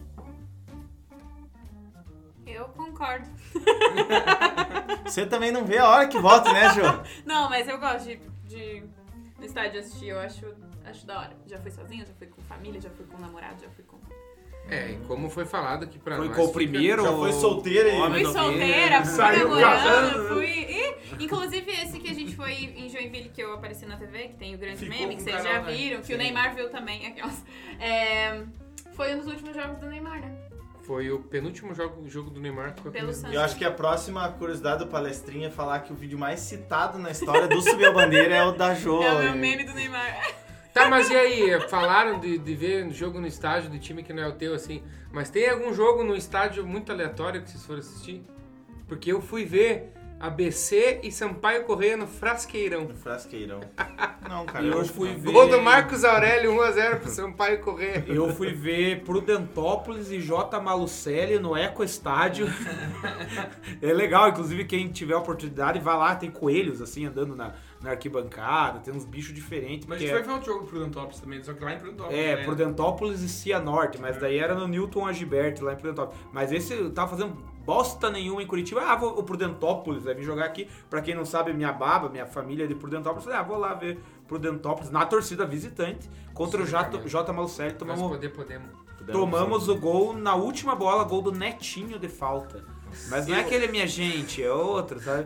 Eu concordo. Você também não vê a hora que volta, né, Jô? Não, mas eu gosto de ir no estádio assistir, eu acho da hora. Já fui sozinha, já fui com família, já fui com namorado, já fui com... E como foi falado aqui pra Foi nós... com o fica- primeiro? Já foi solteira e... Homem Fui do solteira, meio. fui Saiu namorando, casando. fui... Inclusive esse que a gente foi em Joinville, que eu apareci na TV, que tem o grande Ficou meme, com que o vocês canal, já né? viram, que Sim. o Neymar viu também, aquelas. Foi um dos últimos jogos do Neymar, né? Foi o penúltimo jogo do Neymar com a Pelo camisa. Santos. Eu acho que a próxima curiosidade do palestrinha é falar que o vídeo mais citado na história do Subir a Bandeira é o da Jô. É o meu meme do Neymar. Tá, mas e aí? Falaram de ver jogo no estádio de time que não é o teu, assim. Mas tem algum jogo no estádio muito aleatório que vocês foram assistir? Porque eu fui ver ABC e Sampaio Corrêa no Frasqueirão. No Frasqueirão. Não, cara. Eu eu fui ver... Gol do Marcos Aurélio, 1-0 pro Sampaio Corrêa. Eu fui ver Prudentópolis e J. Malucelli no Eco Estádio. É legal, inclusive quem tiver a oportunidade, vai lá, tem coelhos assim andando na arquibancada, tem uns bichos diferentes. Mas a porque gente foi ver outro jogo pro Prudentópolis também, só que lá em Prudentópolis. É, né? Prudentópolis e Cianorte, mas daí era no Newton Agiberti, lá em Prudentópolis. Mas esse eu tava fazendo bosta nenhuma em Curitiba. O Prudentópolis vai vir jogar aqui. Pra quem não sabe, minha família é de Prudentópolis. Falei, vou lá ver Prudentópolis na torcida visitante contra o J. Malucelli. Nós Tomamos podemos. Tomamos o gol na última bola, gol do Netinho de falta. Mas não é aquele minha gente, é outro, sabe?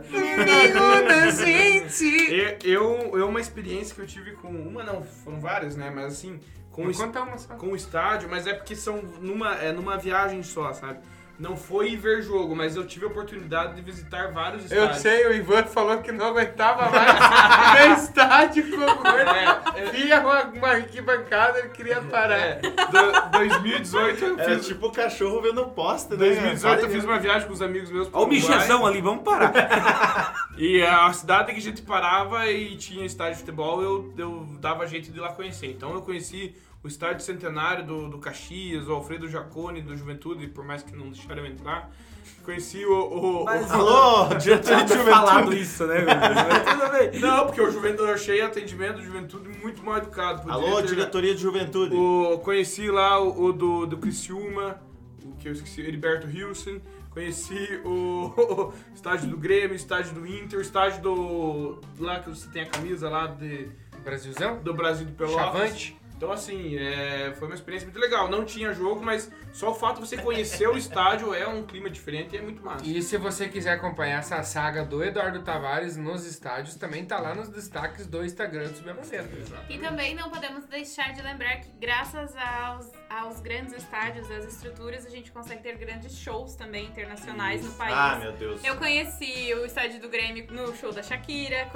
Uma experiência que eu tive com uma, não, foram várias, né? Mas assim, com o estádio, mas é porque são numa viagem só, sabe? Não foi ver jogo, mas eu tive a oportunidade de visitar vários estádios. Eu sei, o Ivan falou que não aguentava mais ver estádio com o gordo. Via uma arquibancada, ele queria parar. 2018 eu fiz... tipo o cachorro vendo poste, né? 2018 eu fiz uma viagem com os amigos meus. Olha o mijazão ali, vamos parar. E a cidade que a gente parava e tinha estádio de futebol, eu dava jeito de ir lá conhecer. Então eu conheci o estádio centenário do Caxias, o Alfredo Jaconi do Juventude, por mais que não deixaram eu entrar. Conheci Alô, diretoria de Juventude. Falado isso, né? Tudo bem. Não, porque o Juventude, eu achei atendimento do Juventude muito mal educado. Alô, diretoria de Juventude. Conheci lá o do Criciúma, que eu esqueci, Heriberto Hilson. Conheci o estádio do Grêmio, o estádio do Inter, o estádio lá que você tem a camisa lá Brasilzão? do Brasil do Pelotas. Chavante. Então, assim, foi uma experiência muito legal. Não tinha jogo, mas só o fato de você conhecer o estádio é um clima diferente e é muito massa. E se você quiser acompanhar essa saga do Eduardo Tavares nos estádios, também tá lá nos destaques do Instagram do Subir a Bandeira. E também não podemos deixar de lembrar que graças aos grandes estádios, às estruturas, a gente consegue ter grandes shows também internacionais no país. Ah, meu Deus. Eu conheci o estádio do Grêmio no show da Shakira,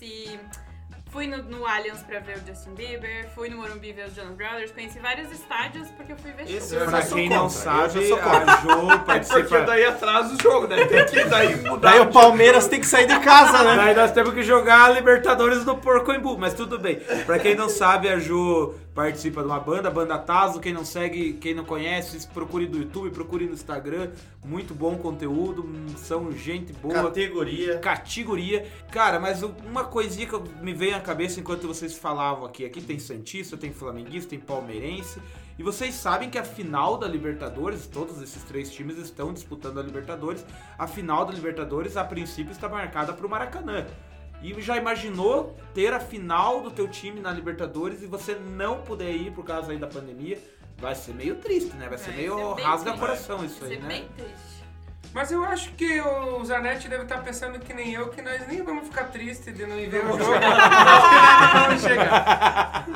fui no Allianz pra ver o Justin Bieber, fui no Morumbi ver os Jonas Brothers, conheci vários estádios porque eu fui ver shows. Pra quem não sabe, eu já sou a Jo Porque participa... daí atrasa o jogo, né? Tem que mudar. Daí o Palmeiras tem que sair de casa, né? Daí nós temos que jogar a Libertadores do Porcoimbu, mas tudo bem. Pra quem não sabe, a Jo participa de uma banda, a banda Tazo. Quem não segue, quem não conhece, procure no YouTube, procure no Instagram. Muito bom conteúdo, são gente boa. Categoria. Cara, mas uma coisinha que me veio à cabeça enquanto vocês falavam aqui. Aqui tem Santista, tem Flamenguista, tem Palmeirense. E vocês sabem que a final da Libertadores, todos esses três times estão disputando a Libertadores. A final da Libertadores, a princípio, está marcada para o Maracanã. E já imaginou ter a final do teu time na Libertadores e você não poder ir por causa aí da pandemia? Vai ser meio triste, né? Vai ser meio rasga coração isso aí, né? Vai ser bem triste. Mas eu acho que o Zanetti deve estar pensando que nem eu, que nós nem vamos ficar tristes de não ir ver o jogo. Acho que nós não vamos chegar.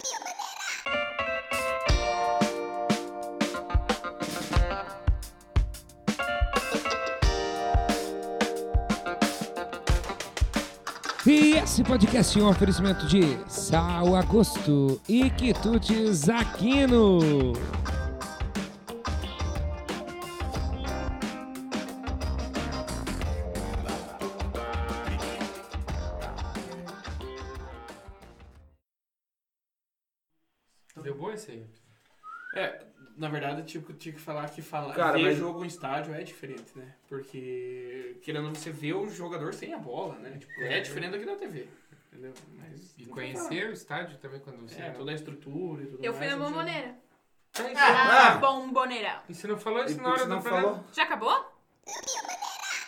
E esse podcast é um oferecimento de Sal Agosto e Quitutes Aquino. Deu bom esse aí? Na verdade, tinha que falar que Cara, ver mas... jogo em estádio é diferente, né? Porque, querendo você ver o jogador sem a bola, né? Tipo, é diferente do que na TV, entendeu? Mas, E conhecer o estádio também quando você... toda a estrutura e tudo Eu mais. fui na Bomboneira. Ah, Bomboneirão. e você não falou isso E na hora você não do programa? falou? Já acabou?